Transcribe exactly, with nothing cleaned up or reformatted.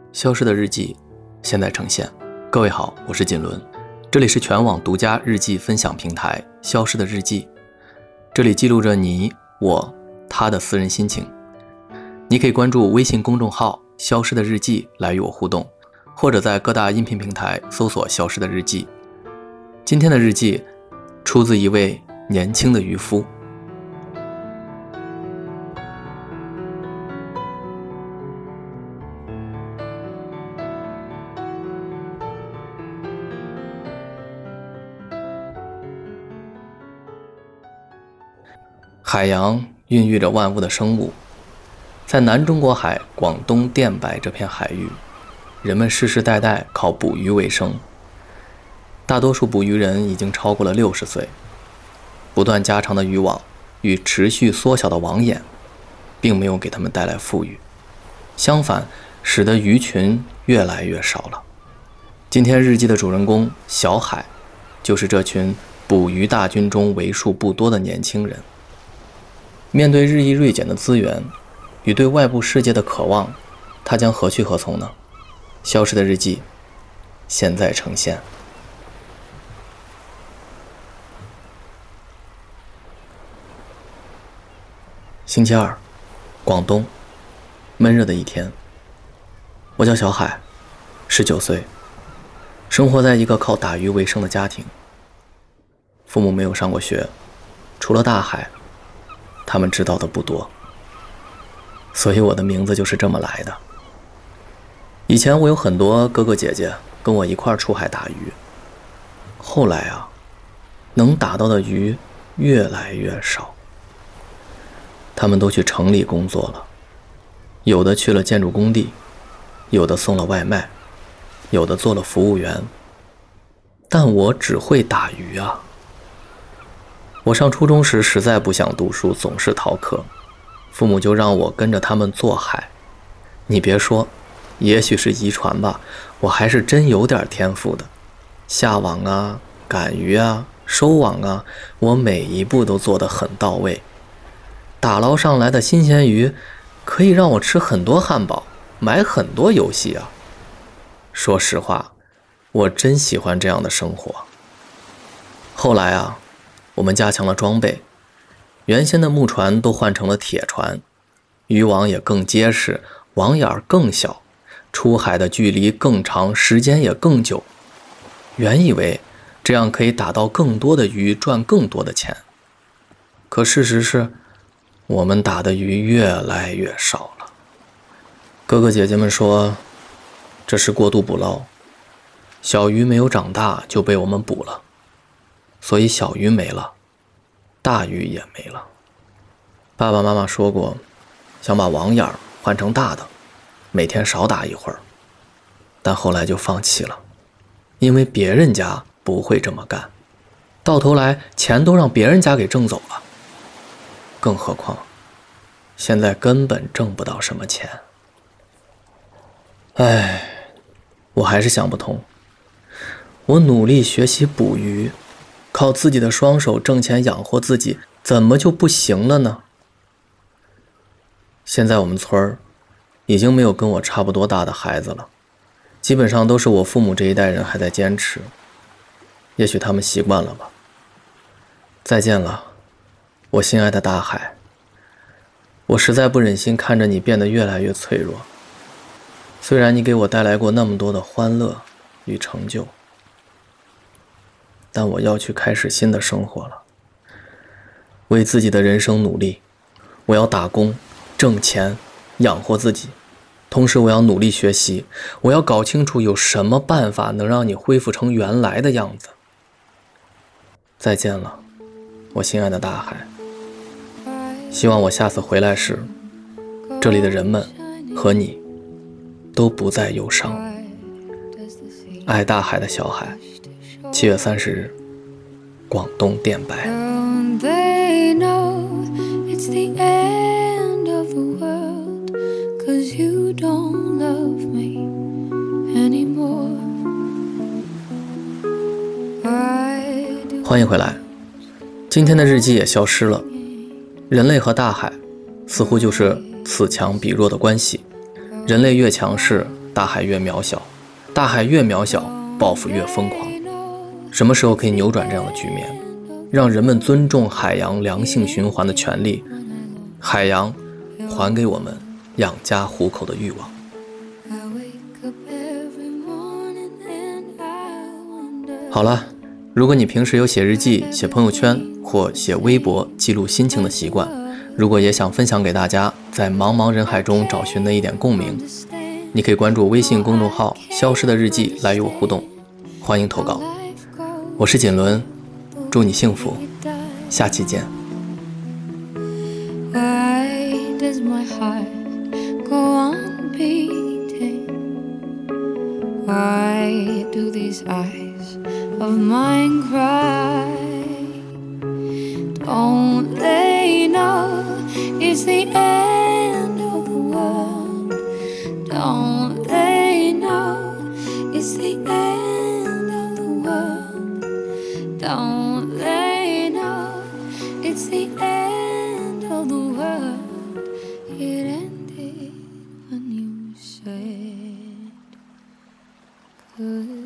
消失的日记现在呈现。各位好，我是锦纶，这里是全网独家日记分享平台消失的日记，这里记录着你我他的私人心情。你可以关注微信公众号消失的日记来与我互动，或者在各大音频平台搜索消失的日记。今天的日记出自一位年轻的渔夫。海洋孕育着万物的生物，在南中国海广东电白这片海域，人们世世代代靠捕鱼为生。大多数捕鱼人已经超过了六十岁，不断加长的渔网与持续缩小的网眼，并没有给他们带来富裕，相反，使得鱼群越来越少了。今天日记的主人公小海，就是这群捕鱼大军中为数不多的年轻人。面对日益锐减的资源与对外部世界的渴望，他将何去何从呢？消失的日记现在呈现。星期二，广东，闷热的一天。我叫小海，十九岁，生活在一个靠打鱼为生的家庭。父母没有上过学，除了大海，他们知道的不多，所以我的名字就是这么来的。以前我有很多哥哥姐姐跟我一块出海打鱼，后来啊，能打到的鱼越来越少。他们都去城里工作了，有的去了建筑工地，有的送了外卖，有的做了服务员。但我只会打鱼啊。我上初中时实在不想读书，总是逃课，父母就让我跟着他们做海。你别说，也许是遗传吧，我还是真有点天赋的。下网啊，赶鱼啊，收网啊，我每一步都做得很到位。打捞上来的新鲜鱼可以让我吃很多汉堡，买很多游戏啊。说实话，我真喜欢这样的生活。后来啊，我们加强了装备，原先的木船都换成了铁船，渔网也更结实，网眼更小，出海的距离更长，时间也更久。原以为这样可以打到更多的鱼，赚更多的钱。可事实是，我们打的鱼越来越少了。哥哥姐姐们说，这是过度捕捞，小鱼没有长大就被我们捕了，所以小鱼没了，大鱼也没了。爸爸妈妈说过，想把网眼换成大的，每天少打一会儿，但后来就放弃了，因为别人家不会这么干，到头来钱都让别人家给挣走了。更何况现在根本挣不到什么钱。唉，我还是想不通，我努力学习捕鱼，靠自己的双手挣钱养活自己，怎么就不行了呢？现在我们村儿已经没有跟我差不多大的孩子了，基本上都是我父母这一代人还在坚持，也许他们习惯了吧。再见了，我心爱的大海，我实在不忍心看着你变得越来越脆弱。虽然你给我带来过那么多的欢乐与成就，但我要去开始新的生活了，为自己的人生努力。我要打工挣钱养活自己，同时我要努力学习，我要搞清楚有什么办法能让你恢复成原来的样子。再见了，我心爱的大海，希望我下次回来时，这里的人们和你都不再忧伤。爱大海的小海，七月三十日，广东电白。欢迎回来。今天的日记也消失了。人类和大海似乎就是此强彼弱的关系，人类越强势， 大海越渺小，大海越渺小，报复越疯狂。什么时候可以扭转这样的局面，让人们尊重海洋良性循环的权利，海洋还给我们养家糊口的欲望。好了，如果你平时有写日记、写朋友圈或写微博记录心情的习惯，如果也想分享给大家，在茫茫人海中找寻那一点共鸣，你可以关注微信公众号消失的日记来与我互动，欢迎投稿。我是锦纶，祝你幸福，下期见。 Why does my heart go on beating? Why do these eyes of mine cry? Don't they know it's the end of the world? Don't they know it's the end of the world? Don't they know it's the end of the world? It ended when you said goodbye.